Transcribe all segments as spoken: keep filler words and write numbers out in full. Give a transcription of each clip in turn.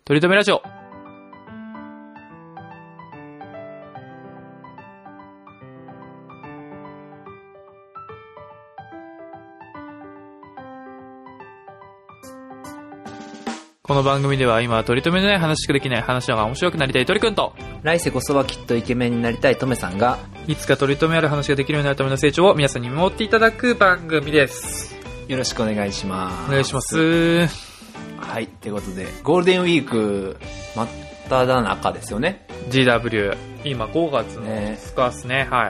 とりとめラジオ。この番組では今は取り留めのない話しかできない話が面白くなりたい鳥くんと、 来世こそはきっとイケメンになりたいトメさんが、 いつか取り留めある話ができるようになるための成長を皆さんに見守っていただく番組です。 よろしくお願いします。 お願いします。 はい、ということでゴールデンウィーク真っただ中ですよね。 ジーダブリュー 今ごがつのふつかですね。はい、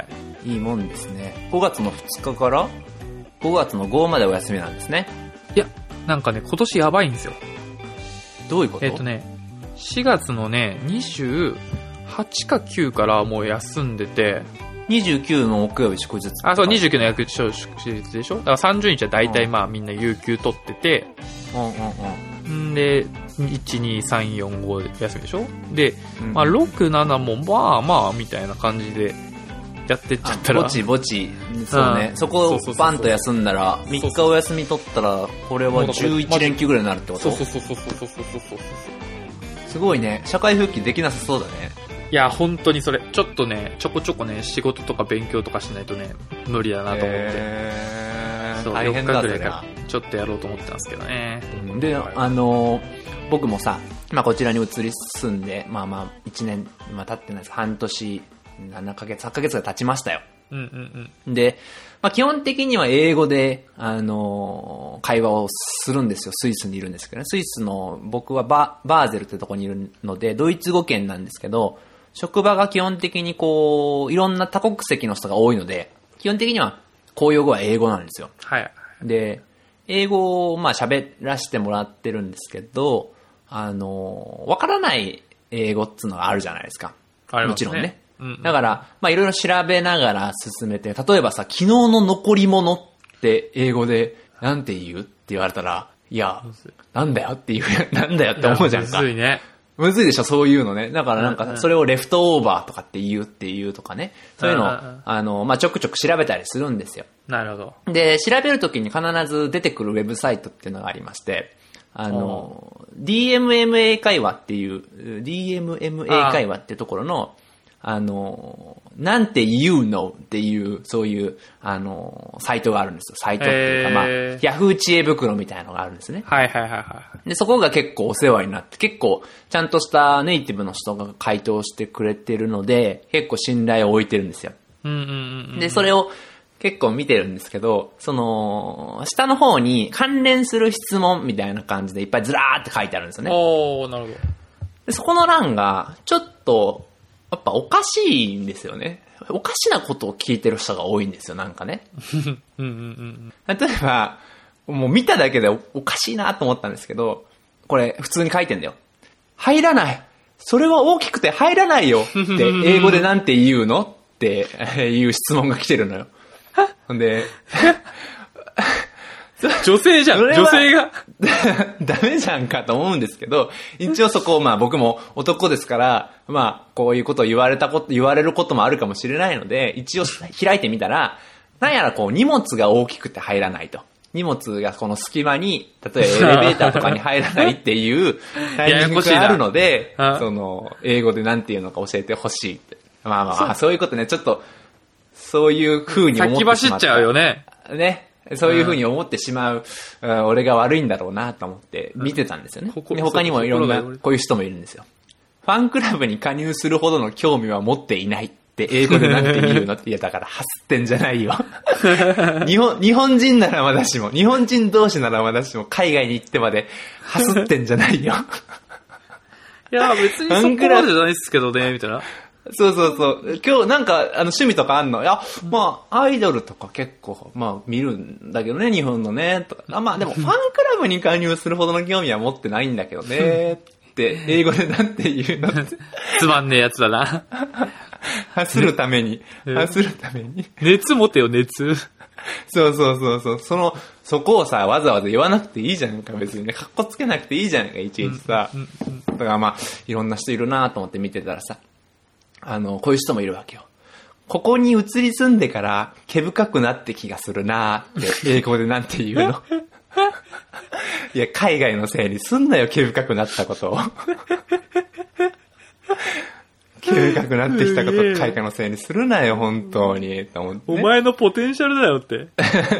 いいもんですね。ごがつのふつかからごがつのごまでお休みなんですね。 いや、なんかね、今年やばいんですよ。 どういうこと？ えっとね、しがつのね、にじゅうはちかきゅうからもう休んでて、 にじゅうくの木曜日祝日。 あ、そう、にじゅうくの祝日でしょ。だからさんじゅうにちは大体まあみんな有給取ってて、 うんうんうん。 んで、いち、に、さん、よん、ごで休みでしょ。で、 うん、 まあろく、ななもまあまあみたいな感じでやってっちゃったら。 ぼちぼち。そうね。うん、そこをバンと休んだら、みっかお休み取ったら、これはじゅういちれんきゅうぐらいになるってこと？ そうそうそうそうそうそうそうそう。 すごいね。社会復帰できなさそうだね。 いや、本当にそれ。ちょっとね、ちょこちょこね、仕事とか勉強とかしないとね、無理だなと思って。 へー、 そう、 大変だよっかぐらいからちょっとやろうと思ってたんですけどね。 で、あのー、僕もさ、まあこちらに移り住んで、まあまあいちねん、まあ経ってないです。半年、ななかげつ、はちかげつが経ちましたよ。 うんうんうん。 で、まあ基本的には英語で、あのー、会話をするんですよ。スイスにいるんですけどね。スイスの、僕はバ、バーゼルってとこにいるので、ドイツ語圏なんですけど、職場が基本的にこう、いろんな多国籍の人が多いので、基本的には公用語は英語なんですよ。 はい。 で、英語をまあ喋らせてもらってるんですけど、あの、わからない英語っていうのがあるじゃないですか。 ありますね。 もちろんね。 うんうん、 だから、まあいろいろ調べながら進めて、例えばさ、昨日の残り物って英語でなんて言うって言われたら、いや、なんだよっていう、なんだよって思うじゃんか。 むずいね。 むずいでしょ、そういうのね。だからなんか、それをレフトオーバーとかって言うっていうとかね。そういうのを、あの、まあ、ちょくちょく調べたりするんですよ。 なるほど。 で、調べるときに必ず出てくるウェブサイトっていうのがありまして、あの、ディーエムエムエー 会話っていう、ディーエムエムエー 会話っていうところの、あの、なんて言うのっていう、そういう、あの、サイトがあるんですよ。サイトっていうか、まあ、ヤフー知恵袋みたいなのがあるんですね。 はいはいはいはい。 で、そこが結構お世話になって、結構、ちゃんとしたネイティブの人が回答してくれてるので、結構信頼を置いてるんですよ。 うんうんうんうん、 で、それを結構見てるんですけど、その、下の方に関連する質問みたいな感じでいっぱいずらーって書いてあるんですよね。 おー、なるほど。 で、そこの欄が、ちょっと、やっぱおかしいんですよね。おかしなことを聞いてる人が多いんですよ、なんかね。 うんうんうん、 例えば、もう見ただけで お, おかしいなと思ったんですけど、これ普通に書いてんだよ。入らない。それは大きくて入らないよって英語でなんて言うのっていう質問が来てるのよ。ほんで、 女性じゃん、女性が。 ダメじゃんかと思うんですけど、一応そこをまあ僕も男ですから、まあこういうことを言われたこと、言われることもあるかもしれないので、一応開いてみたら、なんやらこう荷物が大きくて入らないと。荷物がこの隙間に、例えばエレベーターとかに入らないっていうタイミングがあるので、その英語でなんていうのか教えてほしいって。まあまあまあ、そういうことね、ちょっと、そういう風に思ってしまった。 先走っちゃうよね。 ね。そういう風に思ってしまう、うん、俺が悪いんだろうなと思って見てたんですよね。うん、で他にもいろんなこういう人もいるんですよ。ファンクラブに加入するほどの興味は持っていないって英語でなんて言うのって言えたから、ハスってんじゃないよ。日本、日本人ならまだしも、日本人同士ならまだしも、海外に行ってまでハスってんじゃないよ。 いや、別にそこまでじゃないですけどね、みたいな。 そうそうそう。今日なんか、あの、趣味とかあんの？いや、まあ、アイドルとか結構、まあ、見るんだけどね、日本のね、とか。あまあ、でも、ファンクラブに加入するほどの興味は持ってないんだけどね、って、英語でなんて言うのって。 つまんねえやつだな。 走るために、走るために。 熱持てよ、熱。 そうそうそうそう。その、そこをさ、わざわざ言わなくていいじゃんか、別にね。かっこつけなくていいじゃんか、いちいちさ。うんうんうん、だからまあ、いろんな人いるなと思って見てたらさ、あの、こういう人もいるわけよ。ここに移り住んでから毛深くなって気がするなーって英語でなんて言うのいや、海外のせいにすんなよ、毛深くなったことを。毛深くなってきたことを海外のせいにするなよ、本当に。と思って、ね、 お前のポテンシャルだよって。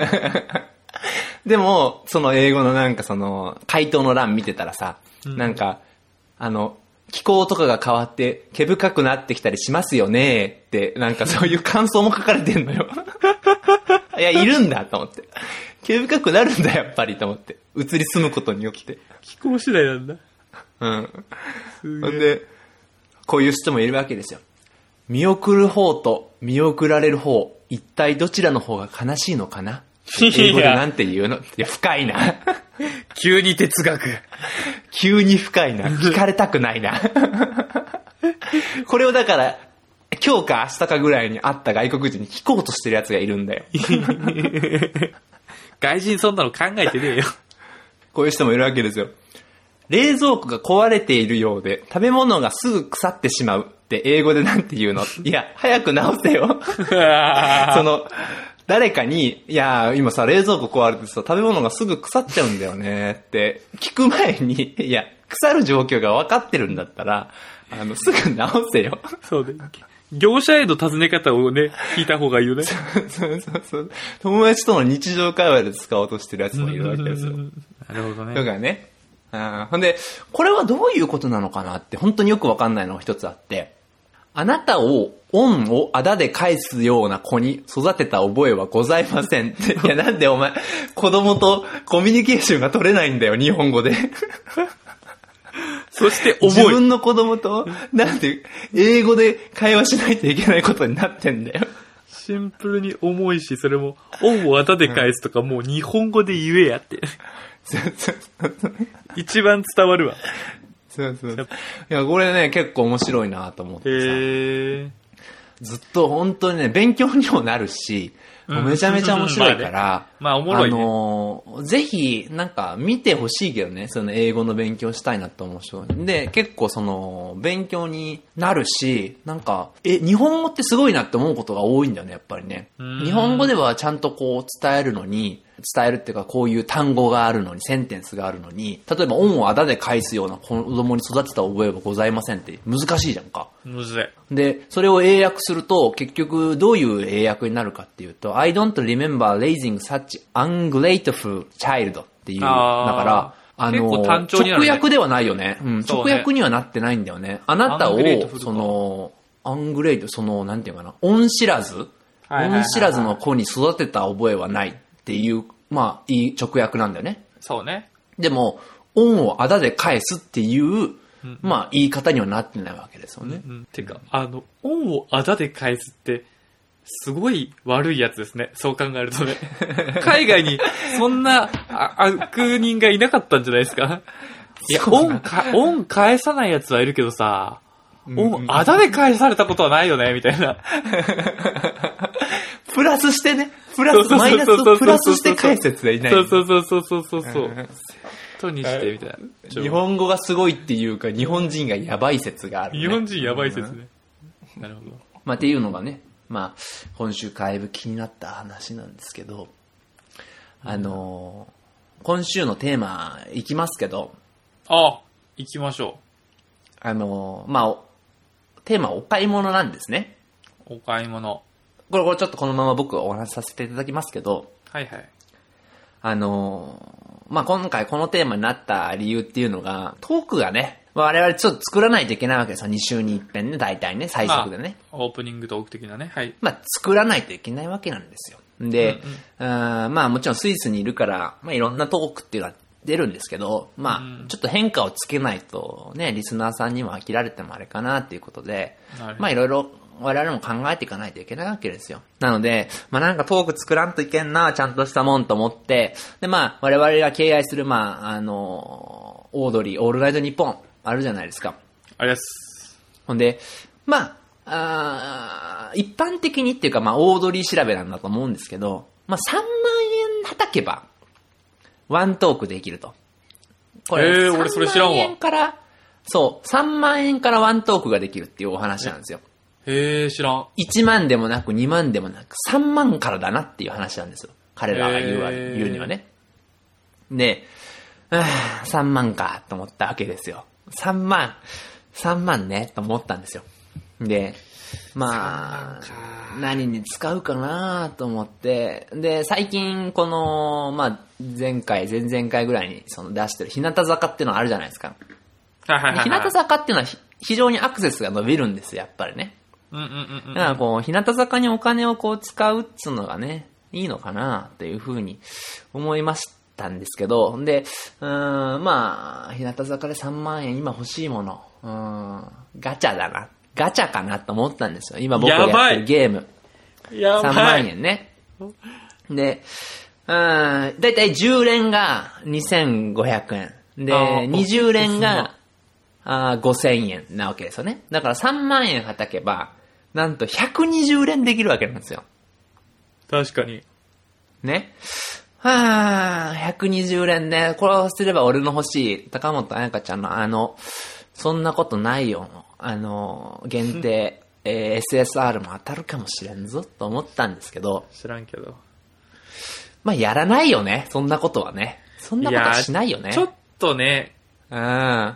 でも、その英語のなんかその、回答の欄見てたらさ、うん、なんか、あの、気候とかが変わって毛深くなってきたりしますよねって、なんかそういう感想も書かれてんのよ。いや、いるんだと思って。毛深くなるんだ、やっぱりと思って。移り住むことによって。 気候次第なんだ。 うん。ほんで、こういう人もいるわけですよ。見送る方と見送られる方、一体どちらの方が悲しいのかな？英語でなんて言うの？いや、深いな。 急に哲学。 急に深いな。聞かれたくないな。これをだから、今日か明日かぐらいに会った外国人に聞こうとしてるやつがいるんだよ。 外人そんなの考えてねえよ。 こういう人もいるわけですよ。冷蔵庫が壊れているようで、食べ物がすぐ腐ってしまうって英語でなんて言うの？いや、早く直せよ。その、誰かに、いや、今さ、冷蔵庫壊れてさ、食べ物がすぐ腐っちゃうんだよねって聞く前に、いや、腐る状況が分かってるんだったら、あの、すぐ直せよ。 そうで。業者への尋ね方をね、聞いた方がいいよね。 そうそうそう。友達との日常会話で使おうとしてるやつもいるわけですよ。 なるほどね。 だからね。あほんで、これはどういうことなのかなって本当によくわかんないのが一つあって、あなたを恩をあだで返すような子に育てた覚えはございませんって。いや、なんでお前、子供とコミュニケーションが取れないんだよ、日本語で。 そして重い。 自分の子供と、なんで、英語で会話しないといけないことになってんだよ。 シンプルに重いし、それも、恩をあだで返すとか、もう日本語で言えやって。一番伝わるわ。 そうそう。いや、これね、結構面白いなと思ってさ。 へー。 ずっと本当にね、勉強にもなるし、うん、めちゃめちゃ面白いから、 まあ、ね、まあ、おもろいね。 あのー、ぜひ、なんか見てほしいけどね、その英語の勉強したいなと思う人で、結構その、勉強になるし、なんか、え、日本語ってすごいなって思うことが多いんだよね、やっぱりね。日本語ではちゃんとこう伝えるのに、伝えるっていうかこういう単語があるのに、センテンスがあるのに、例えば恩をあだで返すような子供に育てた覚えはございませんって難しいじゃんか。 むずい。 で、それを英訳すると結局どういう英訳になるかっていうと、I don't remember raising such ungrateful child っていう。だから、あの、直訳ではないよね。うん、直訳にはなってないんだよね。あなたを、その、アングレイト、その、なんていうかな、恩知らず恩知らずの子に育てた覚えはないっていう、まあ、いい直訳なんだよね。 そうね。 でも、恩をあだで返すっていう、うん、まあ、言い方にはなってないわけですよね。 うんうん、てか、あの、恩をあだで返すって、すごい悪いやつですね。そう考えるとね。海外にそんな悪人がいなかったんじゃないですか。いや、恩か、恩返さないやつはいるけどさ、恩あだで返されたことはないよね、みたいな。 プラスしてね。プラス、マイナスをプラスして返すやつはいない。 そうそうそうそうそうそうそう。とにしてみたいな。 日本語がすごいっていうか、日本人がやばい説がある、ね。 日本人やばい説ね。うん、なるほど。 まあ、っていうのがね、まあ、今週だいぶ気になった話なんですけど、あのー、今週のテーマいきますけど、 ああ、行きましょう。あのー、まあ、テーマはお買い物なんですね。 お買い物。 これ、これちょっとこのまま僕お話しさせていただきますけど、 はいはい。 あのー、まあ、今回このテーマになった理由っていうのが、トークがね、我々ちょっと作らないといけないわけですよ。に週に一遍ね、大体ね、最速でね。 まあ、オープニングトーク的なね。はい。 まあ、作らないといけないわけなんですよ。で、うんうん、あまあもちろんスイスにいるから、まあいろんなトークっていうのは出るんですけど、まあ、うん、ちょっと変化をつけないとね、リスナーさんにも飽きられてもあれかなっていうことで、まあいろいろ我々も考えていかないといけないわけですよ。なので、まあなんかトーク作らんといけんな、ちゃんとしたもんと思って、でまあ我々が敬愛する、まああの、オードリー、オールナイトニッポンあるじゃないですか。 あります。 ほんで、まあ、あ一般的にっていうか、まあ、オードリー調べなんだと思うんですけど、まあ、さんまんえん叩けば、ワントークできると。 これ、えー、俺それ知らんわ。さんまんえんから、そう、さんまんえんからワントークができるっていうお話なんですよ。 へえ、知らん。 いちまんでもなくにまんでもなくさんまんからだなっていう話なんですよ。彼らが言う,、えー、言うにはね。 で、はぁさんまんかと思ったわけですよ。さんまん、さんまんねと思ったんですよ。で、まあ、何に使うかなと思って、で、最近この、まあ、前回、前々回ぐらいにその出してる日向坂っていうのがあるじゃないですか。 はいはいはいはい。 日向坂っていうのは非常にアクセスが伸びるんですよ、やっぱりね。 うんうんうんうん。 だからこう、日向坂にお金をこう使うっつうのがね、いいのかなっていうふうに思いましたんですけど、で、うーん、まあ、日向坂でさんまんえん今欲しいもの、うーん、ガチャだな。ガチャかなと思ったんですよ。今僕がやってるゲーム。 やばい。 さんまんえんね。で、うーん、だいたいじゅう連がにせんごひゃくえん。で、にじゅう連があごせんえんなわけですよね。だからさんまんえんはたけば、なんとひゃくにじゅう連できるわけなんですよ。 確かに。 ね。はぁ、ひゃくにじゅう連ね。これをすれば俺の欲しい、高本彩香ちゃんのあの、そんなことないよ。あの、限定、えー、エスエスアール も当たるかもしれんぞ、と思ったんですけど。 知らんけど。 まあ、やらないよね。そんなことはね。そんなことはしないよね。 ちょっとね。 うん。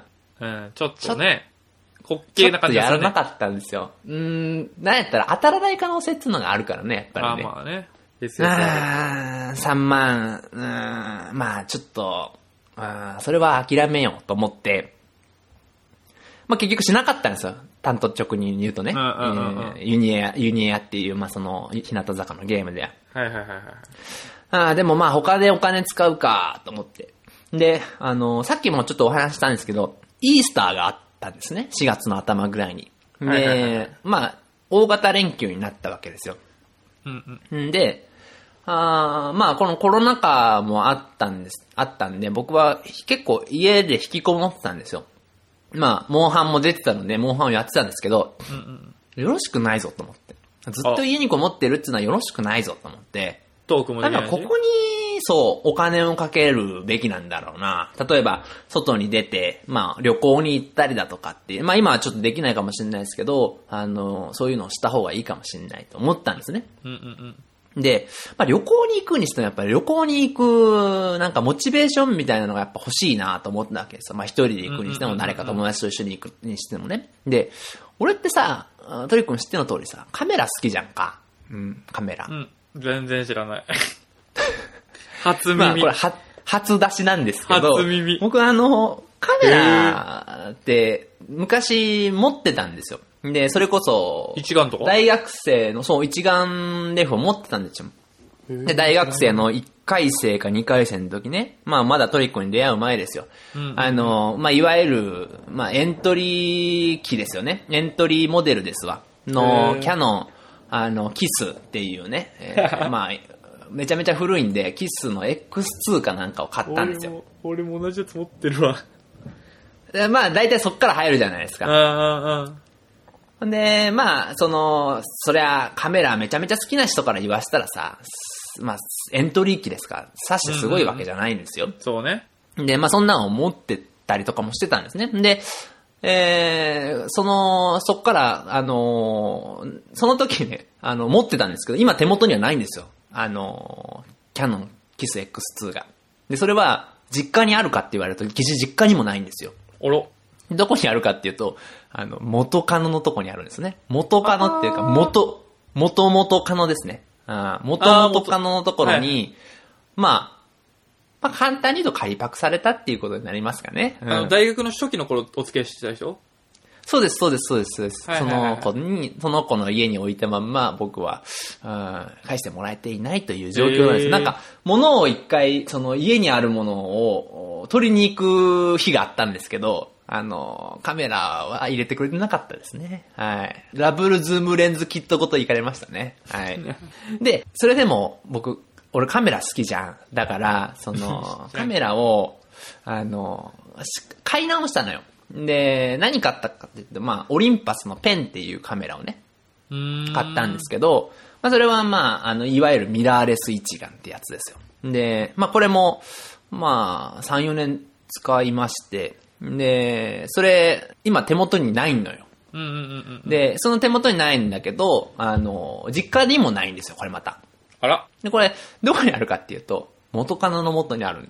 うん、ちょっとね。滑稽な感じですね。 やらなかったんですよ。うーん、なんやったら当たらない可能性っていうのがあるからね、やっぱりね。 あまあね。エスエスアール。 あーさんまん、うーん、まあちょっと、あそれは諦めようと思って、まあ結局しなかったんですよ。単刀直入に言うとね。ユニエア、ユニエアっていう、まあその、日向坂のゲームで。 はいはいはいはい。 あでもまあ他でお金使うかと思って。で、あの、さっきもちょっとお話したんですけど、イースターがあったんですね。しがつの頭ぐらいに。で、はいはいはいはい、まあ、大型連休になったわけですよ。 うんうん、 で、あまあこのコロナ禍もあったんです、あったんで、僕は結構家で引きこもってたんですよ。まあ、モンハンも出てたので、モンハンをやってたんですけど、うんうん、よろしくないぞと思って。ずっと家にこもってるっていうのはよろしくないぞと思って。 トークもできないし。 だからここに、そう、お金をかけるべきなんだろうな。例えば、外に出て、まあ、旅行に行ったりだとかっていう、まあ今はちょっとできないかもしれないですけど、あの、そういうのをした方がいいかもしれないと思ったんですね。 うんうんうん、で、まあ旅行に行くにしてもやっぱり旅行に行く、なんかモチベーションみたいなのがやっぱ欲しいなと思ったわけですよ。まあ一人で行くにしても誰か友達と一緒に行くにしてもね。で、俺ってさ、トリ君知っての通りさ、カメラ好きじゃんか。うん、カメラ。 うん、全然知らない。初耳。 まあこれは初出しなんですけど、 初耳。 僕あの、カメラって昔持ってたんですよ。で、それこそ、 一眼とか大学生の、そう、一眼レフを持ってたんですよ。で、大学生のいっかい生かにかい生の時ね、まあまだトリコに出会う前ですよ。うんうん、あの、まあいわゆる、まあエントリー機ですよね。エントリーモデルですわ。の、キャノン、あの、キスっていうね、えー、まあ、めちゃめちゃ古いんで、キスの エックスツー かなんかを買ったんですよ。 俺も、俺も同じやつ持ってるわ。 でまあ、大体そっから入るじゃないですか。 ああで、まあ、その、そりゃ、カメラめちゃめちゃ好きな人から言わせたらさ、まあ、エントリー機ですから、さしてすごいわけじゃないんですよ。 うんうん、そうね。 で、まあ、そんなのを持ってたりとかもしてたんですね。で、えー、その、そっから、あのー、その時ね、あの、持ってたんですけど、今手元にはないんですよ。あのー、キャノンキス エックスツー が。で、それは、実家にあるかって言われると、実家にもないんですよ。 あら。 どこにあるかっていうと、あの、元カノのとこにあるんですね。元カノっていうか、元、元々カノですね。あ元々カノのところに、はい、まあ、まあ、簡単に言うと仮パクされたっていうことになりますかね。 うん、あの大学の初期の頃お付き合いしてた人？ そうです、そうです、そうです、そうです。 はいはいはいはい、 その子に、その子の家に置いたまんま僕は、うん、返してもらえていないという状況なんです。なんか、物を一回、その家にあるものを取りに行く日があったんですけど、あの、カメラは入れてくれてなかったですね。はい。ダブルズームレンズキットごと行かれましたね。はい。で、それでも僕、俺カメラ好きじゃん。だから、その、カメラを、あの、買い直したのよ。で、何買ったかって言って、まあ、オリンパスのペンっていうカメラをね、買ったんですけど、まあ、それはまあ、あの、いわゆるミラーレス一眼ってやつですよ。で、まあ、これも、まあ、さん、よねん使いまして、で、それ、今手元にないのよ。 うんうんうんうん、 で、その手元にないんだけど、あの、実家にもないんですよ、これまた。 あら。 で、これ、どこにあるかっていうと、元カノの元にあるんですよ。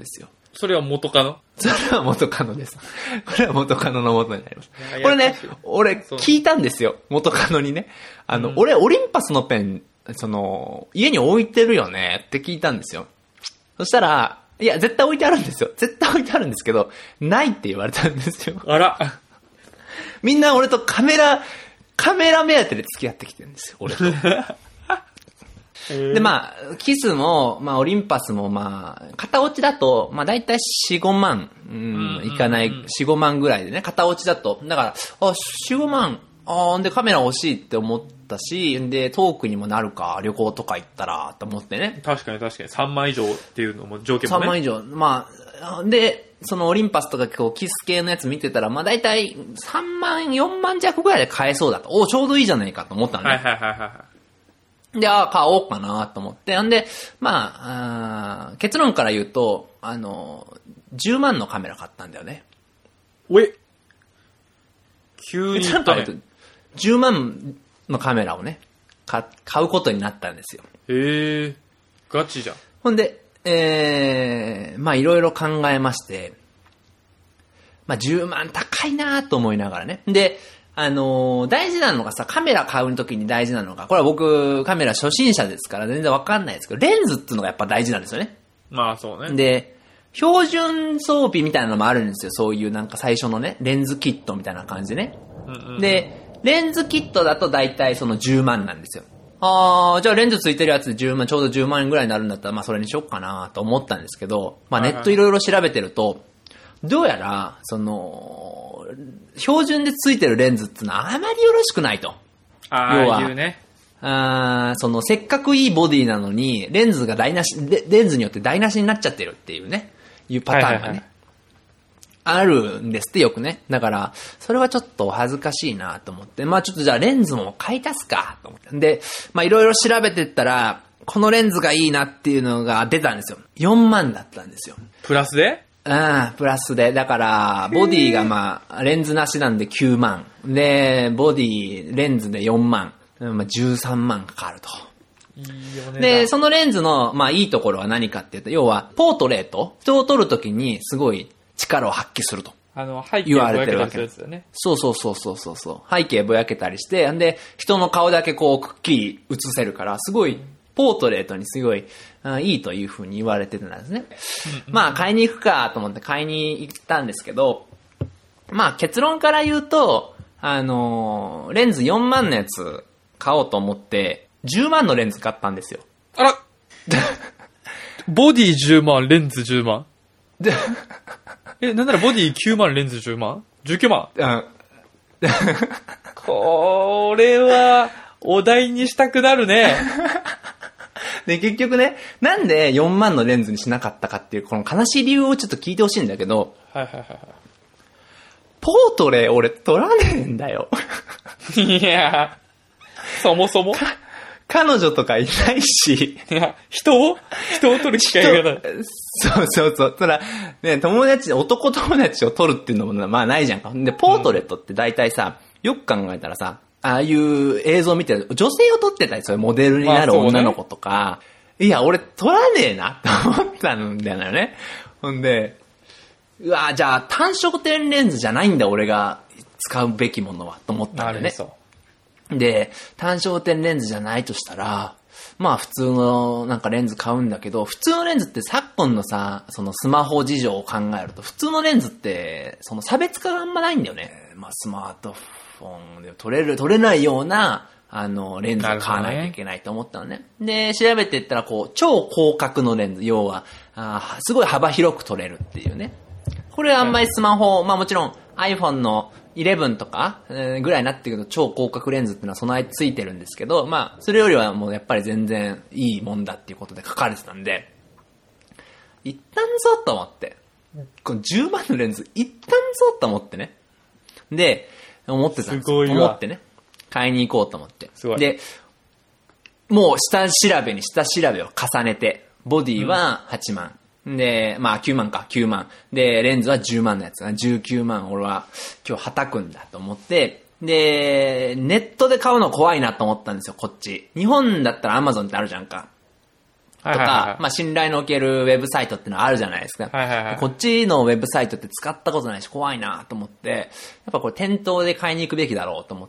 それは元カノ？ それは元カノです。これは元カノの元になります。 いこれね、俺聞いたんですよ。元カノにね。あの、うん、俺オリンパスのペン、その、家に置いてるよねって聞いたんですよ。そしたら、いや、絶対置いてあるんですよ。絶対置いてあるんですけど、ないって言われたんですよ。 あら。 みんな俺とカメラ、カメラ目当てで付き合ってきてるんですよ、俺と。で、まあ、キスも、まあ、オリンパスも、まあ、片落ちだと、まあ、だいたいよん、ごまん、うん、いかない、よん、ごまんぐらいでね、片落ちだと。だから、あ、よん、ごまん、あで、カメラ欲しいって思ったし、で、トークにもなるか、旅行とか行ったら、と思ってね。 確かに確かに、さんまん以上っていうのも条件もね。 さんまん以上。まあ、で、そのオリンパスとかこう、キス系のやつ見てたら、まあ、だいたいさんまん、よんまん弱ぐらいで買えそうだと。おちょうどいいじゃないかと思ったのね。 はいはいはいはい。 で、ああ、買おうかなと思って。んで、まあ、あ結論から言うと、あの、じゅうまんのカメラ買ったんだよね。 おえ急にちゃんとじゅうまんのカメラをね、買うことになったんですよ。 へえ、ガチじゃん。 ほんで、えー、まあいろいろ考えまして、まあじゅうまん高いなと思いながらね。で、あのー、大事なのがさ、カメラ買うときに大事なのが、これは僕、カメラ初心者ですから全然わかんないですけど、レンズっていうのがやっぱ大事なんですよね。 まあそうね。 で、標準装備みたいなのもあるんですよ。そういうなんか最初のね、レンズキットみたいな感じでね。うんうんうん、で、レンズキットだと大体そのじゅうまんなんですよ。あー、じゃあレンズついてるやつでじゅうまん、ちょうどじゅうまん円ぐらいになるんだったら、まあそれにしよっかなと思ったんですけど、まあネットいろいろ調べてると、どうやら、その、標準でついてるレンズってのはあまりよろしくないと。 ああ、言うね。 あその、せっかくいいボディなのに、レンズが台無し、レンズによって台無しになっちゃってるっていうね、いうパターンがね、はいはいはい、あるんですってよくね。だから、それはちょっと恥ずかしいなと思って、まあちょっとじゃあレンズも買い足すかと思って。で、まあいろいろ調べてったら、このレンズがいいなっていうのが出たんですよ。よんまんだったんですよ。 プラスで？ うん、プラスで。だから、ボディがまあ、レンズなしなんできゅうまん。で、ボディ、レンズでよんまん。まあ、じゅうさんまんかかると。 いいよね。 で、そのレンズの、まあ、いいところは何かっていうと、要は、ポートレート、人を撮るときにすごい力を発揮すると。 あの、背景ぼやけたりするやつだよね。 そうそうそうそうそうそう。背景ぼやけたりして、んで、人の顔だけこう、くっきり映せるから、すごい、ポートレートにすごい、あいいという風に言われてたんですね。まあ、買いに行くかと思って買いに行ったんですけど、まあ、結論から言うと、あのー、レンズよんまんのやつ買おうと思って、じゅうまんのレンズ買ったんですよ。 あらボディじゅうまん、レンズじゅうまんでえ、なんならボディきゅうまん、レンズじゅうまん ?じゅうきゅうまん。うん。これは、お題にしたくなるね。 で、結局ね、なんでよんまんのレンズにしなかったかっていう、この悲しい理由をちょっと聞いてほしいんだけど、 はいはいはいはい。 ポートレー俺撮らねえんだよ。 いや、そもそも彼女とかいないし。 いや、人を人を撮る機会がない。 そうそうそう。ただ、ね、友達、男友達を撮るっていうのも、まあないじゃんか。で、ポートレートって大体さ、よく考えたらさ、ああいう映像見てる、女性を撮ってたり、そういうモデルになる女の子とか、まあね、いや、俺撮らねえなと思ったんだよね。ほんで、うわじゃあ単焦点レンズじゃないんだ、俺が使うべきものは、と思ったんだよね。で、単焦点レンズじゃないとしたら、まあ普通のなんかレンズ買うんだけど、普通のレンズって昨今のさ、そのスマホ事情を考えると、普通のレンズって、その差別化があんまないんだよね。まあスマートフォンで撮れる、撮れないような、あの、レンズを買わないといけないと思ったのね。で、調べていったら、こう、超広角のレンズ、要は、あすごい幅広く撮れるっていうね。これはあんまりスマホ、まあもちろん iPhone のじゅういちとか、えー、ぐらいになってくると超広角レンズっていうのは備えついてるんですけど、まあそれよりはもうやっぱり全然いいもんだっていうことで書かれてたんで、一旦ぞと思って、このじゅうまんのレンズ一旦ぞと思ってね。で、思ってたんですよ。思ってね。買いに行こうと思って。で、もう下調べに下調べを重ねて、ボディははちまん。うん、で、まあきゅうまんか、きゅうまん。で、レンズはじゅうまんのやつ。じゅうきゅうまん俺は今日はたくんだと思って、で、ネットで買うの怖いなと思ったんですよ、こっち。日本だったら Amazon ってあるじゃんか。 とか、まあ信頼のおけるウェブサイトってのはあるじゃないですか。 はいはいはい、 こっちのウェブサイトって使ったことないし怖いなと思って、やっぱこれ店頭で買いに行くべきだろうと思って、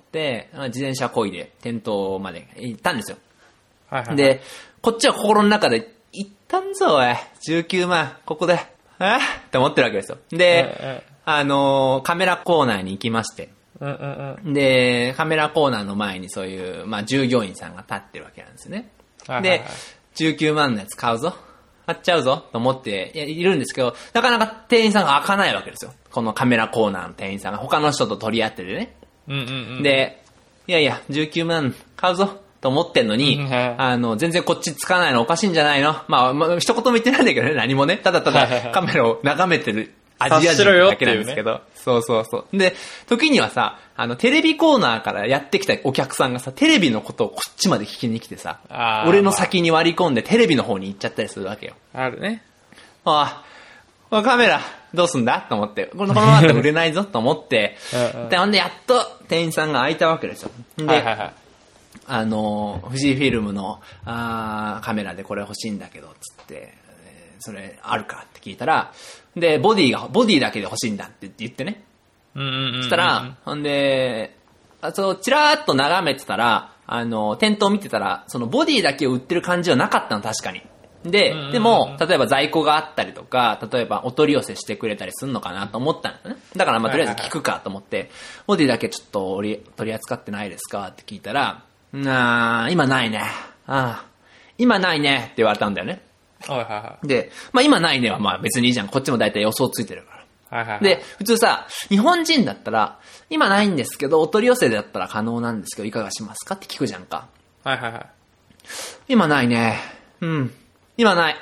自転車漕いで店頭まで行ったんですよ。 はいはいはい、 で、こっちは心の中で、行ったんぞおい、じゅうきゅうまん、ここで、えって思ってるわけですよ。で、うんうん、あのー、カメラコーナーに行きまして、 うんうんうん、 で、カメラコーナーの前にそういう、まあ従業員さんが立ってるわけなんですよね。 はいはいはい、 で、じゅうきゅうまんのやつ買うぞ。買っちゃうぞと思っているんですけど、なかなか店員さんが開かないわけですよ。このカメラコーナーの店員さんが他の人と取り合っててね。 うんうんうん、 で、いやいや、じゅうきゅうまん買うぞと思ってんのに、あの、全然こっちつかないのおかしいんじゃないの？まあ、まあ、一言も言ってないんだけどね、何もね。ただただカメラを眺めてるアジア人だけなんですけど。ね、そうそうそう。で、時にはさ、あの、テレビコーナーからやってきたお客さんがさ、テレビのことをこっちまで聞きに来てさ、俺の先に割り込んでテレビの方に行っちゃったりするわけよ。 あるね。 ああ、カメラどうすんだと思って、このままだと売れないぞと思って、で、ほんでやっと店員さんが開いたわけですよ。で、はいはいはい、あの、富士フィルムのあカメラでこれ欲しいんだけど、つって、それあるかって聞いたら、で、ボディが、ボディだけで欲しいんだって言ってね。 うんうんうんうん、 そしたら、ほんで、あそう、ちらーっと眺めてたら、あの、店頭見てたら、そのボディだけを売ってる感じはなかったの、確かに。で、でも、例えば在庫があったりとか、例えばお取り寄せしてくれたりするのかなと思ったのね。だからまあとりあえず聞くかと思って、ボディだけちょっと取り扱ってないですかって聞いたら、なー、今ないね。ああ、今ないねって言われたんだよね。 はいはいはい。 で、まあ今ないねはまあ別にいいじゃん。こっちも大体予想ついてるから。 はいはいはい。 で、普通さ、日本人だったら、今ないんですけど、お取り寄せだったら可能なんですけど、いかがしますかって聞くじゃんか。 はいはいはい。 今ないね。うん。今ない。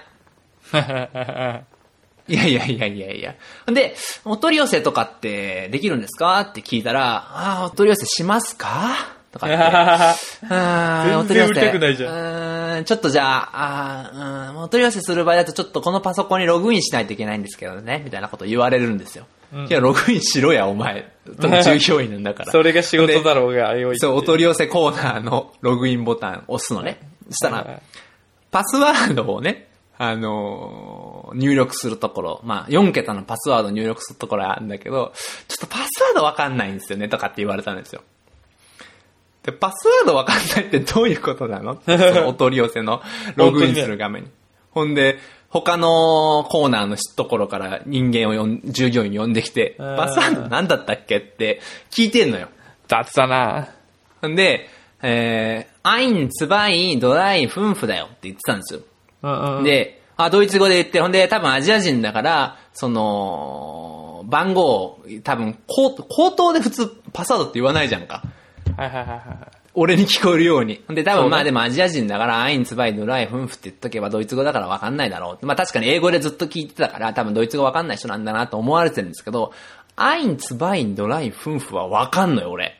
いやいやいやいやいや。で、お取り寄せとかってできるんですかって聞いたら、ああ、お取り寄せしますかとかって。あ全然売りたくないじゃん。うん、ちょっとじゃあ、あうん、お取り寄せする場合だとちょっとこのパソコンにログインしないといけないんですけどね、みたいなこと言われるんですよ。うん、いや、ログインしろや、お前。従業員なんだから。 それが仕事だろうが、よい。 そう、お取り寄せコーナーのログインボタンを押すのね。そしたら、パスワードをね、あのー、入力するところ、まあ、よんけたのパスワード入力するところあるんだけど、ちょっとパスワードわかんないんですよね、とかって言われたんですよ。で、パスワードわかんないってどういうことなの？そのお取り寄せのログインする画面に。ほんで、他のコーナーのところから人間を呼ん、従業員呼んできて、パスワード何だったっけって聞いてんのよ。 雑だな。 んで、えー、アイン、ツバイ、ドライ、フンフだよって言ってたんですよ。 うんうん、 で、あ、ドイツ語で言って、ほんで多分アジア人だから、その、番号、多分、口頭で普通パスワードって言わないじゃんか。 はいはいはいはい。 俺に聞こえるように。で、多分まあでもアジア人だから、アイン、ツバイ、ドライ、フンフって言っとけばドイツ語だから分かんないだろう。まあ確かに英語でずっと聞いてたから、多分ドイツ語分かんない人なんだなと思われてるんですけど、アイン、ツバイ、ドライ、フンフは分かんのよ、俺。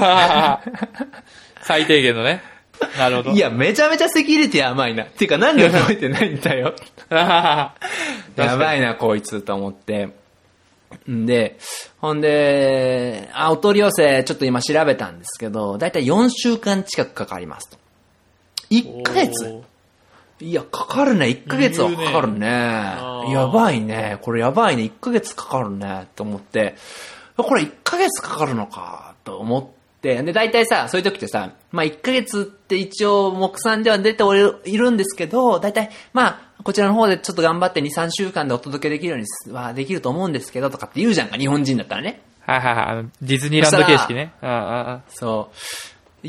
最低限のね。なるほど。 いや、めちゃめちゃセキュリティ甘いな。っていうか、なんで覚えてないんだよ。やばいな、こいつと思って。んで、ほんで、あ、お取り寄せ、ちょっと今調べたんですけど、だいたいよんしゅうかん近くかかりますと。いっかげついや、かかるね。いっかげつはかかるね。やばいね。これやばいね。いっかげつかかるね。と思って、これいっかげつかかるのか、と思って、で、大体さ、そういう時ってさ、まあいっかげつって一応目算では出ているんですけど、大体、まあ、こちらの方でちょっと頑張ってに、さんしゅうかんでお届けできるようにはできると思うんですけど、とかって言うじゃんか、日本人だったらね。 はいはいはい。ディズニーランド形式ね。あああそう。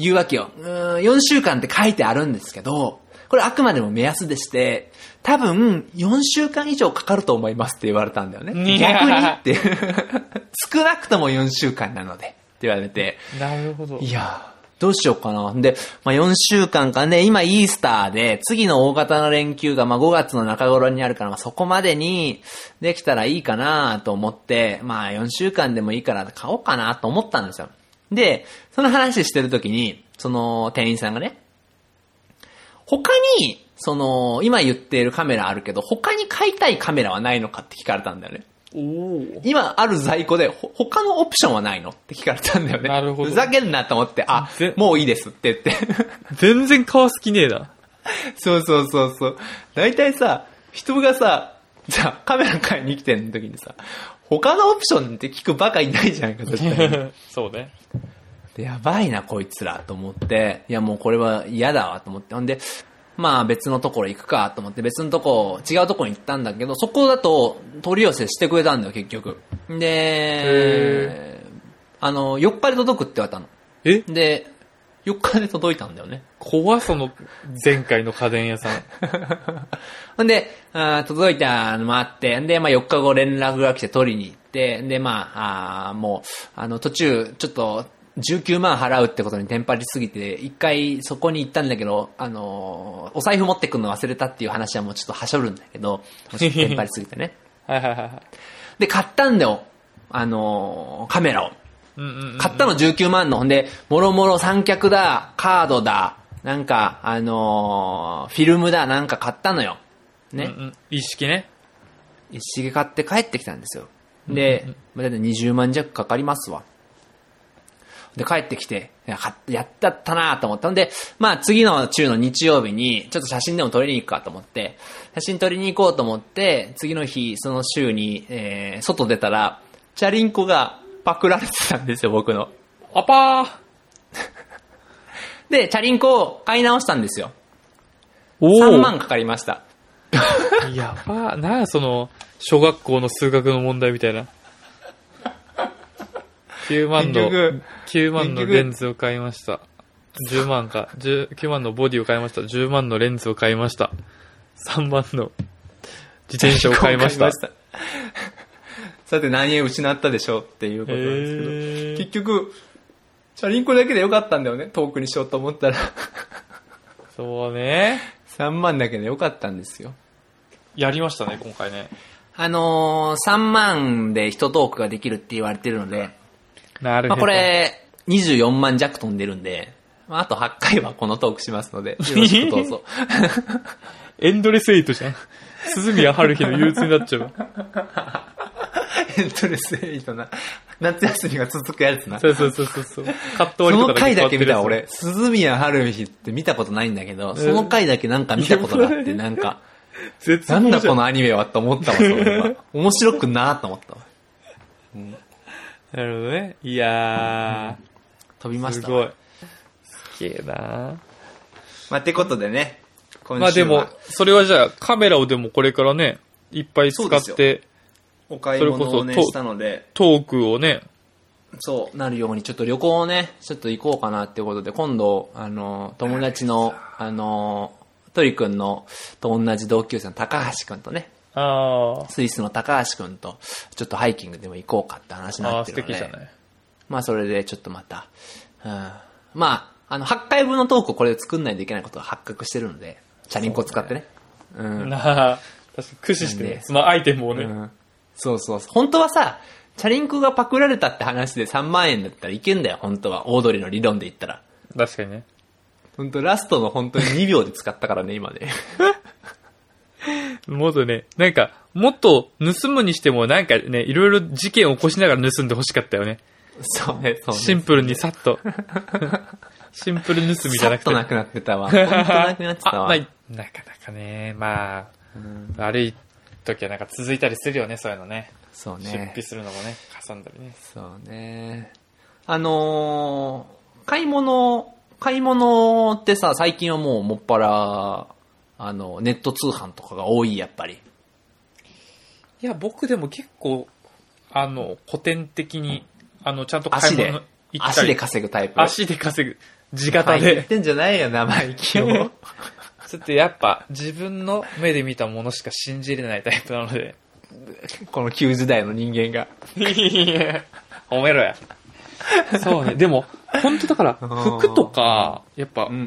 言うわけよ。うーん、よんしゅうかんって書いてあるんですけど、これあくまでも目安でして、多分よんしゅうかん以上かかると思いますって言われたんだよね。逆にって。少なくともよんしゅうかんなのでって言われて。 なるほど。 いや、どうしようかな。で、まあ、よんしゅうかんかね、今イースターで、次の大型の連休がまあごがつの中頃にあるから、まあ、そこまでにできたらいいかなと思って、まあよんしゅうかんでもいいから買おうかなと思ったんですよ。で、その話してる時に、その店員さんがね、他に、その、今言っているカメラあるけど、他に買いたいカメラはないのかって聞かれたんだよね。 お今ある在庫でほ他のオプションはないのって聞かれたんだよね。 なるほど。 ふざけんなと思って、あ、もういいですって言って。 全然買わす気ねえな。 そうそうそうそう。大体さ、人がさ、じゃあカメラ買いに来てん時にさ、他のオプションって聞くバカいないじゃんか、絶対に。 そうね。 でやばいな、こいつら、と思って、いやもうこれは嫌だわ、と思って。ほんで、まあ別のところ行くか、と思って別のとこ、違うところに行ったんだけど、そこだと取り寄せしてくれたんだよ、結局。で、あの、よっかで届くって言われたの。 えで、よっかで届いたんだよね。 怖その前回の家電屋さん。 ほんで、あ届いたのもあって、で、まあよっかご連絡が来て取りに行って、で、まあ、あもう、あの途中、ちょっと、じゅうきゅうまん払うってことにテンパりすぎて、一回そこに行ったんだけど、あの、お財布持ってくるの忘れたっていう話はもうちょっとはしょるんだけど、テンパりすぎてね。 はいはいはいはい。 で、買ったんだよ。あの、カメラを。 うんうんうんうん、 買ったのじゅうきゅうまんの。ほんで、もろもろ三脚だ、カードだ、なんか、あのー、フィルムだ、なんか買ったのよ。ね。 うんうん、一式ね。 一式買って帰ってきたんですよ。で、うんうんうん、だいたいにじゅうまん弱かかりますわ。で、帰ってきて、や, やったったなと思ったんで、まあ次の週の日曜日に、ちょっと写真でも撮りに行くかと思って、写真撮りに行こうと思って、次の日、その週に、えー、外出たら、チャリンコがパクられてたんですよ、僕の。 あぱーで、チャリンコを買い直したんですよ。 おさんまんかかりました。 やばー、なあ、その、小学校の数学の問題みたいな。きゅうまんの、きゅうまんのレンズを買いました。じゅうまんか。きゅうまんのボディを買いました。じゅうまんのレンズを買いました。さんまんの自転車を買いました。 さて何円失ったでしょうっていうことなんですけど、結局、チャリンコだけでよかったんだよね、遠くにしようと思ったら。 そうね。 さんまんだけでよかったんですよ。 やりましたね、今回ね。 あのー、さんまんで一トークができるって言われてるので、 なるほど。 まあ、これ、にじゅうよんまん弱飛んでるんで、まあ、あとはっかいはこのトークしますので、よろしくどうぞ。 エンドレスエイトじゃん。鈴宮春日の憂鬱になっちゃう。 エンドレスエイトな。夏休みが続くやつな。 そうそうそうそう。その回だけ見た俺、鈴宮春日って見たことないんだけど、その回だけなんか見たことがあって、なんか、なんだこのアニメはと思ったわ、それは。面白くなーと思ったわ。うん、 なるほどね。いやー、うん、 飛びました。 すごい。すげえなー。 まあ、ってことでね、 今週は。まあでも、それはじゃあカメラをでもこれからね、いっぱい使って、 お買い物をね、したので。 トークをね。 そう、なるように、ちょっと旅行をね、ちょっと行こうかなっていうことで、今度、あの、友達の、あの、トリ君の、と同じ同級生の高橋君とね、 あスイスの高橋君と、ちょっとハイキングでも行こうかって話になってるので。 ああ、素敵じゃない。 まあ、それでちょっとまた、うん、まあ、あの、はっかいぶんのトークをこれで作んないといけないことが発覚してるので、チャリンコ使ってね。うねうん。 なあ、確かに駆使してね、そのアイテムをね。 うんそうそうそう。本当はさ、チャリンコがパクられたって話でさんまんえんだったらいけんだよ、本当は。オードリーの理論で言ったら。 確かにね。 本当ラストの本当ににびょうで使ったからね、今ね。 もっとね、なんか、もっと盗むにしてもなんかね、いろいろ事件を起こしながら盗んで欲しかったよね。 そうね、そうね。 シンプルにさっと。シンプル盗みじゃなくて。 さっとなくなってたわ。本当なくなってたわ。 あ、まあ、なかなかね、まあ、うん、悪い時はなんか続いたりするよね、そういうのね。 そうね。 出費するのもね、かさんだりね。 そうね。あのー、買い物、買い物ってさ、最近はもうもっぱら、あの、ネット通販とかが多い、やっぱり。 いや、僕でも結構、あの、古典的に、あの、ちゃんと買い物行ったり。 足で稼ぐタイプ。 足で稼ぐ。地形で。 言ってんじゃないよ、生意気を。 ちょっとやっぱ自分の目で見たものしか信じれないタイプなので。 この旧時代の人間が。 いや、褒めろや。そうね。でも、本当だから、服とか、やっぱ、うんうんうん、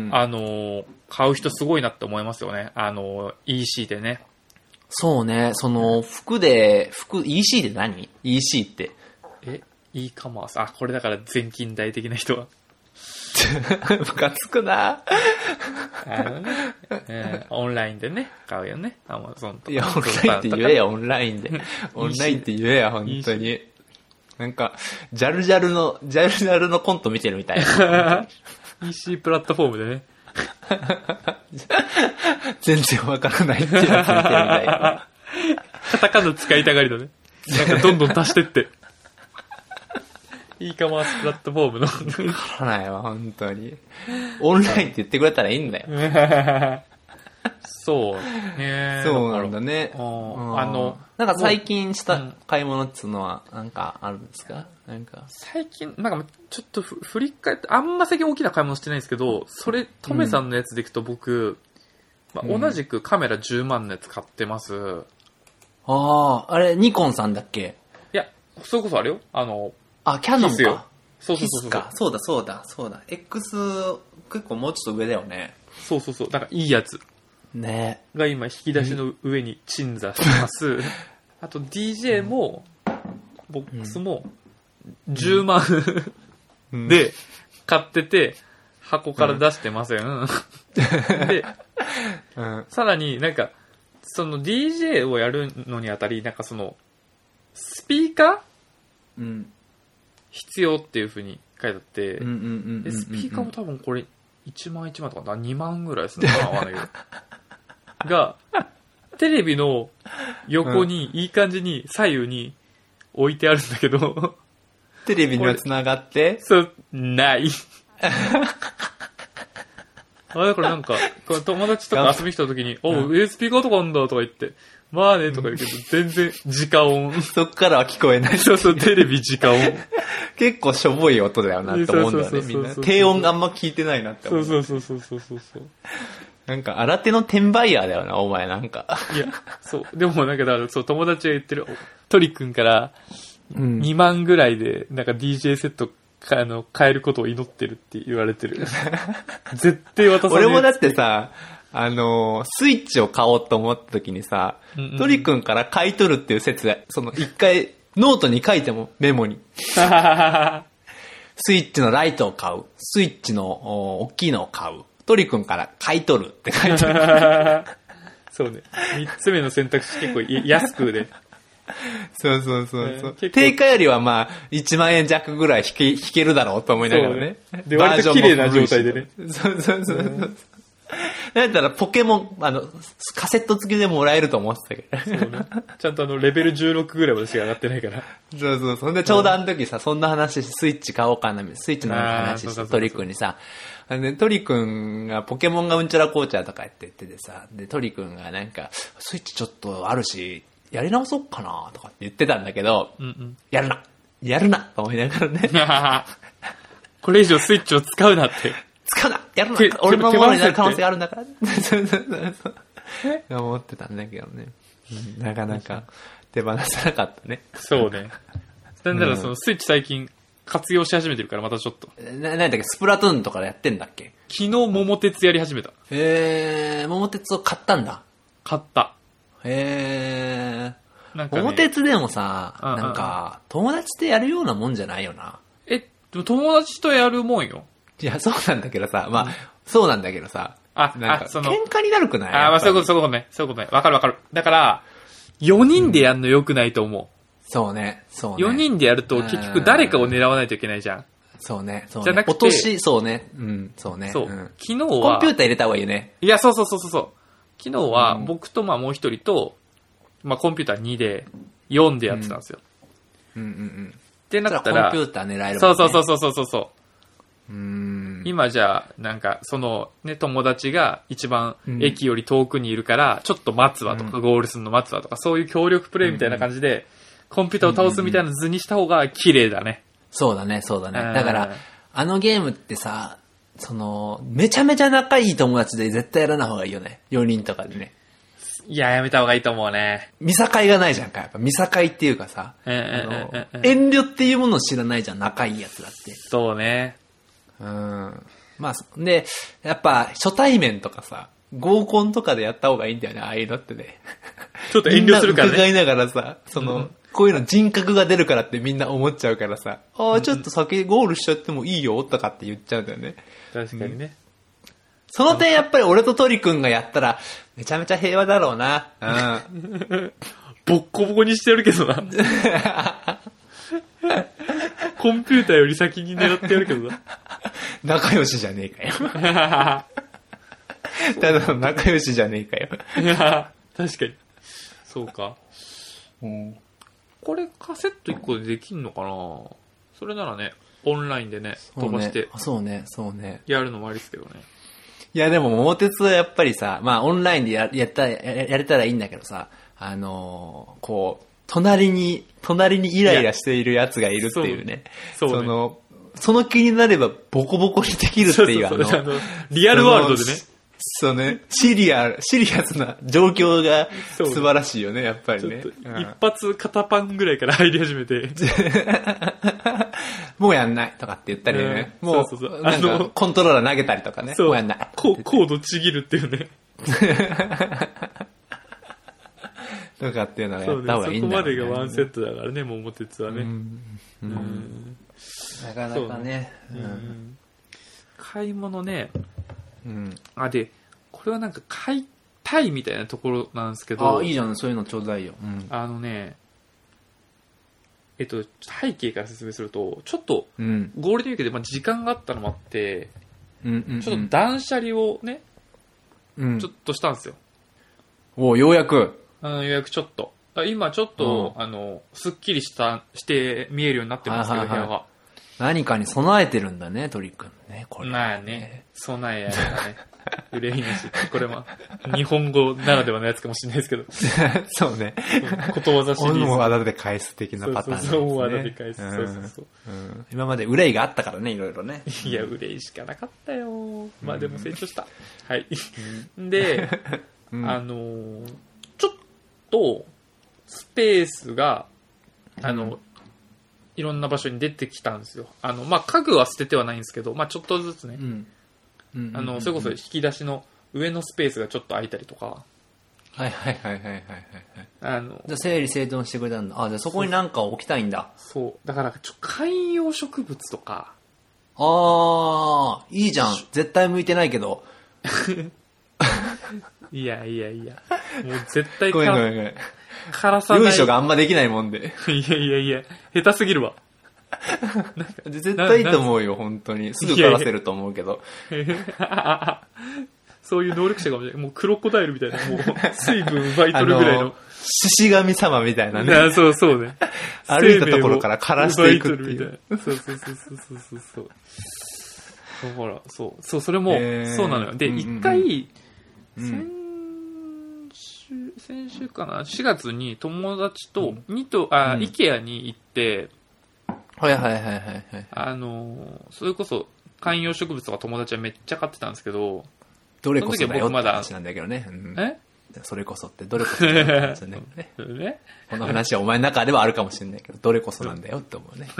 あの、買う人すごいなって思いますよね。あの、イーシー でね。 そうね。その、服で、服、イーシー って何 ?イーシー って。 え ?e カマース。あ、これだから全近代的な人は。 ムカつくなあのね、えー、オンラインでね、買うよね。アマゾンとか。 いや、オンラインって言えや、オンラインで。オンラインって言えや、本当に。なんか、ジャルジャルの、ジャルジャルのコント見てるみたいな。 イーシー プラットフォームでね。 全然わからないってやつ見てるみたいな。 カタカナ使いたがりのね。なんかどんどん足してって。e カマースプラットフォームの。 わからないわ、本当に。オンラインって言ってくれたらいいんだよ。 そうね。 そうなんだね。 あの、 なんか最近した買い物っつうのは、なんかあるんですか？なんか。 最近、なんかちょっと振り返って、あんま最近大きな買い物してないんですけど、それ、トメさんのやつでいくと僕、まあ、同じくカメラじゅうまんのやつ買ってます。うん、 ああ、あれ、ニコンさんだっけ？ いや、それこそあれよ。あの、 あ、キャノンか。 そうそうそうそう。 か。そうだそうだ、そうだ。X、結構もうちょっと上だよね。 そうそうそう。なんかいいやつ。 ね。 が今、引き出しの上に鎮座してます。あと ディージェー も、ボックスも、じゅうまんで買ってて、箱から出してません。うん、で、うん、さらになんか、その ディージェー をやるのにあたり、なんかその、スピーカー、うん、必要っていう風に書いてあって、でスピーカーも多分これいちまんいちまんとかにまんぐらいするのかな、わかんないけど。が、テレビの横にいい感じに左右に置いてあるんだけど、 テレビには繋がってそう、ない。あ、だからなんか、友達とか遊びに来た時に、おう、え、スピーカーとかあんだとか言って、まあねとか言うけど、全然直音。 そっからは聞こえない。 そうそう、テレビ直音。 結構しょぼい音だよなって思うんだよね、みんな。低音あんま聞いてないなって思う。 そうそうそうそうそうそう。 なんか、新手の転売ヤーだよな、お前なんか。 いや、そう。でもなんか、だからそう、友達が言ってる、トリ君から、にまんぐらいで、なんか ディージェー セット、あの、買えることを祈ってるって言われてる。絶対渡さない。 俺もだってさ、あのー、スイッチを買おうと思った時にさ、うんうん、トリ君から買い取るっていう説が、その一回ノートに書いてもメモに。スイッチのライトを買う。スイッチの大きいのを買う。トリ君から買い取るって書いてある。 そうね。三つ目の選択肢結構安くで。 そうそうそうそう、えー、定価よりはまあいちまんえん弱ぐらい引け、引けるだろうと思いながらね。 で、割と綺麗な状態でね。 そうそうそうそう。だったらポケモン、あの、カセット付きでもらえると思ってたけど。そうね。 ちゃんとあの、レベルじゅうろくぐらいまでしか上がってないから。 そうそうそう。で、ちょうどあの時さ、そんな話、スイッチ買おうかな、スイッチの話して、トリ君にさ、で、トリ君がポケモンがうんちゃらこうちゃらとか言って言っててさ、で、トリ君がなんか、スイッチちょっとあるし、やり直そうかなとかって言ってたんだけど、うんうん、やるなやるなと思いながらね。 これ以上スイッチを使うなって。 使うなやるな俺のものになる可能性があるんだから。そうそうそうそう。思ってたんだけどね。うん、なかなか手放さなかったね。 そうね。なんだろう、そのスイッチ最近活用し始めてるからまたちょっと。 な、なんだっけ、スプラトゥーンとかでやってんだっけ？ 昨日桃鉄やり始めた。 へー、桃鉄を買ったんだ。 買った。 へー。なんかね、桃鉄でもさ、うんうん、なんか、友達とやるようなもんじゃないよな。 え、友達とやるもんよ。 いや、そうなんだけどさ、まあ、うん、そうなんだけどさ、 あ、 なんか、 その、 喧嘩になるくない？ あ、まあ、そういうこと、そういうことね。そういうことね。わかるわかる。だから、よにんでやるの良くないと思う。うん、 そうね、そうね。 よにんでやると結局誰かを狙わないといけないじゃん。 そうね、そうね。 じゃなくて、 落とし、そうね。うん、そうね。 そう。 うん、 昨日は、 コンピューター入れた方がいいね。 いや、そうそうそうそうそう。昨日は僕とまあもう一人と、まあコンピューターにで、よんでやってたんですよ。 うん、うん、うんうん。 ってなったら、 コンピューター狙えるもんね。 そうそうそうそうそうそう。 うーん今じゃあ、なんか、そのね、友達が一番駅より遠くにいるから、ちょっと待つわとか、うん、ゴールするの待つわとか、そういう協力プレイみたいな感じで、うん、コンピューターを倒すみたいな図にした方が綺麗だね。 そうだね、そうだね。だから、あのゲームってさ、その、めちゃめちゃ仲いい友達で絶対やらない方がいいよね。よにんとかでね。 いや、やめた方がいいと思うね。 見境がないじゃんか。やっぱ見境っていうかさ、あの遠慮っていうものを知らないじゃん、仲いいやつだって。 そうね。 うん。まあ、で、やっぱ初対面とかさ、合コンとかでやった方がいいんだよね、ああいうのってね。 ちょっと遠慮するからね。 みんな伺いながらさ、その、うん、こういうの人格が出るからってみんな思っちゃうからさ、ああ、ちょっと先ゴールしちゃってもいいよとかって言っちゃうんだよね。 確かにね。うんその点やっぱり俺とトリ君がやったらめちゃめちゃ平和だろうな。うん。 ボッコボコにしてやるけどな。コンピューターより先に狙ってやるけどな。 仲良しじゃねえかよ。 ただの仲良しじゃねえかよ。 いや、確かに。そうか。 うん、 これカセットいっこでできんのかな。それならね、オンラインでね、飛ばして。 そうね、そうね。 やるのもありですけどね。 いやでも桃鉄はやっぱりさ、まあオンラインでや、やったら、や、やれたらいいんだけどさ、あのー、こう、隣に、隣にイライラしているやつがいるっていうね。そう、そうね。その、その気になればボコボコにできるっていう、 そうそうそう、あの、リアルワールドでね。 そうね、シリアル、シリアスな状況が素晴らしいよね、やっぱりね。 うん、一発肩パンぐらいから入り始めて。 もうやんないとかって言ったりね。うん、もう、そうそうそう、なんかコントローラー投げたりとかね。もうやんない。 コードちぎるっていうね。 とかっていうのはやった方がいいんだろうね。 そこまでがワンセットだからね、桃鉄はね。うんうん、なかなかね。 うんうん、買い物ね。 うん、 あ、で、これはなんか買いたいみたいなところなんですけど。 あ、いいじゃん、そういうのちょうだいよ。うん、 あのね、えっと、背景から説明すると、ちょっと、ゴールデンウィークでまあ時間があったのもあって、 うんうんうん、 ちょっと断捨離をね、うん、ちょっとしたんですよ。 お、ようやく。 あの、ようやくちょっと。今ちょっと、あの、すっきりした、して見えるようになってますけど、部屋が。 何かに備えてるんだね、トリックね、これ。 まあね、備えやらね。憂いなし。これは、日本語ならではのやつかもしれないですけど。 そうね。 ことわざシリーズ。 恩をあだで返す的なパターンですね。 そうそうそう、恩をあだで返す。そうそうそう。 今まで憂いがあったからね、いろいろね。 いや、憂いしかなかったよ。まあでも成長した。はい。で、あの、ちょっと、スペースが、あの、いろんな場所に出てきたんですよ。あの、まあ、家具は捨ててはないんですけど、まあ、ちょっとずつね、うんうんうん、あの、それこそ引き出しの上のスペースがちょっと空いたりとか。 はいはいはいはいはいはい。 あの、 じゃあ整理整頓してくれたんだ。あ、じゃあそこになんか置きたいんだ。 そう。だから、ちょ、観葉植物とか。 ああ、いいじゃん。絶対向いてないけど。 いやいやいや。もう絶対ごめんごめんごめん。 枯らさない。 よいしょがあんまできないもんで。 いやいやいや、下手すぎるわ。 絶対いいと思うよ、本当に。すぐ枯らせると思うけど。 そういう能力者かもしれない。もうクロコダイルみたいな、もう水分奪い取るぐらいの。 獅子神様みたいなね。 そうそうね。 歩いたところから枯らしていくっていう。 そうそうそうそうそうそう。だから、そう、そう、それも、そうなのよ。で、一回、先週、先週かな、しがつに友達と、にと、あ、イケアに行って、 はいはいはいはい。 あの、それこそ、観葉植物とか友達はめっちゃ買ってたんですけど、 どれこそだよって話なんだけどね。 えそれこそってどれこそって話なんだけどね。ねこの話はお前の中ではあるかもしれないけど、どれこそなんだよって思うね。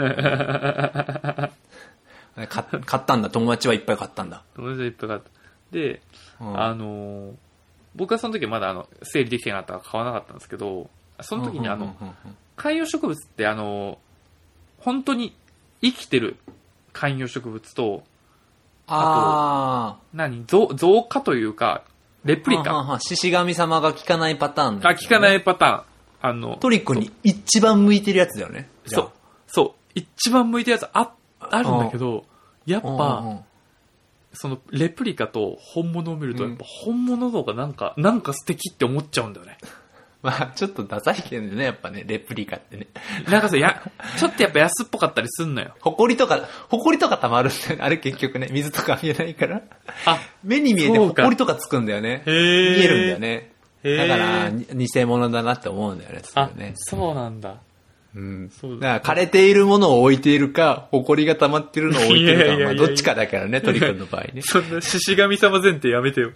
買ったんだ、友達はいっぱい買ったんだ。 友達はいっぱい買った。で、うん、あの、僕はその時まだあの整理できてなかったから買わなかったんですけど、その時にあの、観葉植物ってあの、本当に生きてる観葉植物と、 あと、何増、増加というか、レプリカ。 獅子神様が効かないパターンだ、 ね。あ、効かないパターン。あの、 トリックに一番向いてるやつだよね。 そう。そう。一番向いてるやつあ、あるんだけど、やっぱ、その、レプリカと本物を見ると、やっぱ本物の方がなんか、なんか素敵って思っちゃうんだよね。 まあ、ちょっとダサいけどね、やっぱね、レプリカってね。 なんかさ、や、ちょっとやっぱ安っぽかったりすんのよ。 ほこりとか、ほこりとか溜まるんだよね。あれ結局ね、水とか見えないから。あ、目に見えてほこりとかつくんだよね。見えるんだよね。だから、偽物だなって思うんだよね、それね。 あ、そうなんだ。 うん。そうだから枯れているものを置いているか、ほこりが溜まっているのを置いているか、いやいやいやいやまあどっちかだからね、鳥くんの場合ね。 そんな獅子神様前提やめてよ。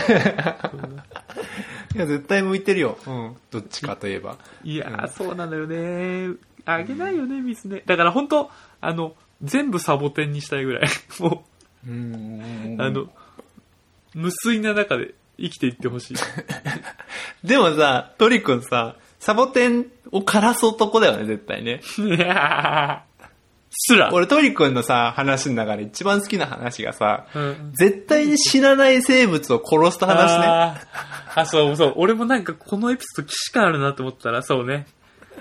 いや、絶対向いてるよ。うん。どっちかといえば。 いやー、うん、そうなんだよね。あげないよね、水ね。だから本当あの、全部サボテンにしたいぐらい。もう、うんあの、無水な中で生きていってほしい。 でもさ、鳥くんさ、サボテンを枯らす男だよね、絶対ね。 いやすら。 俺、トリ君のさ、話の中で一番好きな話がさ、うん、絶対に死なない生物を殺した話ね。 ああ、そうそう。俺もなんかこのエピソード既視感あるなと思ったら、そうね。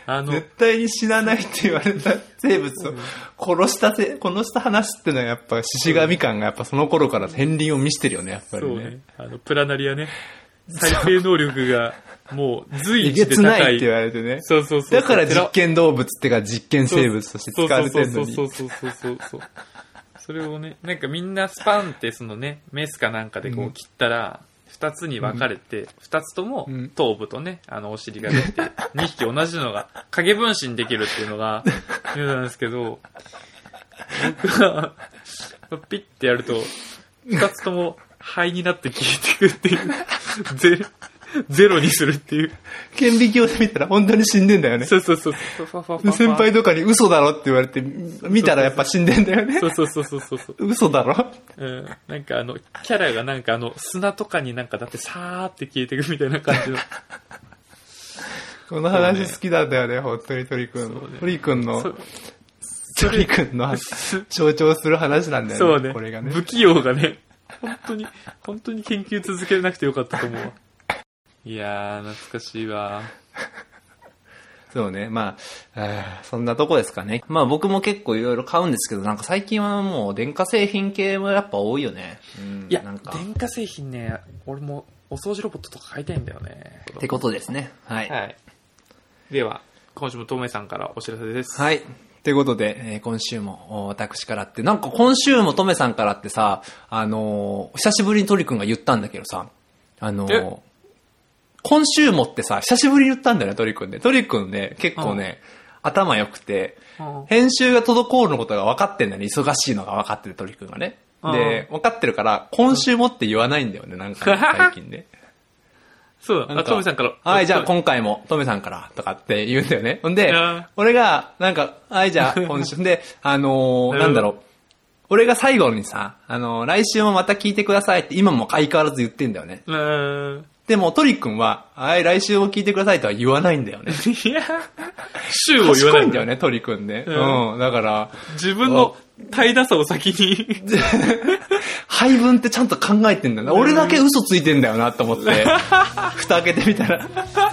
あの、 絶対に死なないって言われた生物を殺したせ、殺した話ってのはやっぱ獅子神感がやっぱその頃から片鱗を見せてるよね、やっぱりね。 そうね。あの、プラナリアね。再生能力がもう随えげ一で高い。 つないって言われてね。 そうそうそう。 だから実験動物ってか実験生物として使われてるのに。 そうそうそうそうそうそう。それをね、なんかみんなスパンってそのね、メスかなんかでこう切ったら、二つに分かれて、二つとも頭部とね、あのお尻が出て、二匹同じのが影分身できるっていうのが言うなんですけど、僕はピッてやると、二つとも灰になって消えていくっていう、ゼゼロにするっていう。 顕微鏡で見たら本当に死んでんだよね。 そうそうそう。 で先輩とかに嘘だろって言われて、見たらやっぱ死んでんだよね。 そうそうそうそうそうそう。 嘘だろうん。なんかあの、キャラがなんかあの、砂とかになんかだってさーって消えていくみたいな感じの。 この話好きなんだよね、本当に鳥くん。ね、鳥くんの、鳥くんの象徴する話なんだよね。 そうね。 これがね。 不器用がね、本当に、本当に研究続けなくてよかったと思うわ。いやー、懐かしいわ。 そうね、まあ、あそんなとこですかね。まあ僕も結構いろいろ買うんですけど、なんか最近はもう電化製品系もやっぱ多いよね。うん、 いや、 なんか電化製品ね、俺もお掃除ロボットとか買いたいんだよね。 ってことですね。はい。 はい。では、今週もトメさんからお知らせです。 はい。ってことで、えー、今週も私からって、なんか今週もトメさんからってさ、あのー、久しぶりにトリ君が言ったんだけどさ、あのー、今週もってさ、久しぶりに言ったんだよね、トリ君で。トリ君ね、結構ね、うん、頭良くて、うん、編集が滞ることが分かってんだよね、忙しいのが分かってるトリ君がね。うん、で、分かってるから、今週もって言わないんだよね、なんか、最近ね。 そうだ、あ、トメさんから。 はい、じゃあ今回もトメさんから、とかって言うんだよね。ほんで、俺が、なんか、はい、じゃあ今週、で、あのー、なんだろう。俺が最後にさ、あのー、来週もまた聞いてくださいって今も相変わらず言ってんだよね。でも、トリ君は、はい、来週も聞いてくださいとは言わないんだよね。 いや、週を言わないんだよね、トリ君ね。うん、うん、だから。 自分の怠惰さを先に。 配分ってちゃんと考えてんだよな。俺だけ嘘ついてんだよなと思って。蓋開けてみたら。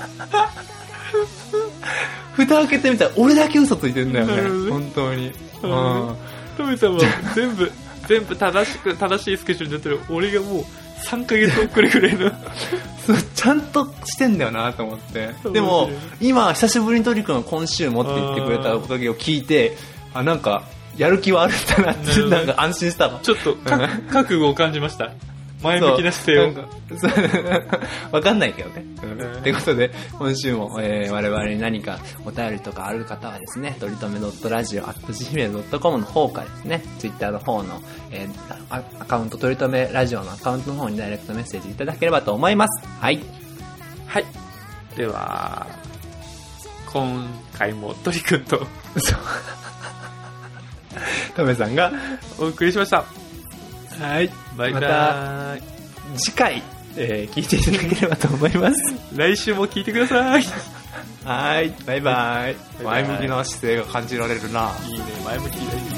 蓋開けてみたら、俺だけ嘘ついてんだよね。本当に。うん。 トメさんは全部、全部正しく、正しいスケジュールになってる。俺がもう、さんかげつ遅れぐらいのちゃんとしてんだよなと思って。でも今久しぶりにトリ君が今週もって言ってくれたおかげを聞いて、あ、なんかやる気はあるんだなって、なんか安心したわ。 ちょっと覚悟を感じました。前向きな姿勢を。 わかんないけどね。うん、ということで、今週も、えー、我々に何かお便りとかある方はですね、とりとめ .radio アット ジーメール ドットコム の方からですね、ツイッターの方の、えー、アカウント、とりとめラジオのアカウントの方にダイレクトメッセージいただければと思います。はい。 はい。では、今回もとりくんと、 トメさんがお送りしました。 はい。 バイバイ。 また次回、えー、聞いていただければと思います。 来週も聞いてください。 はい。バイバイ。前向きな姿勢が感じられるな。 いいね、前向きだ。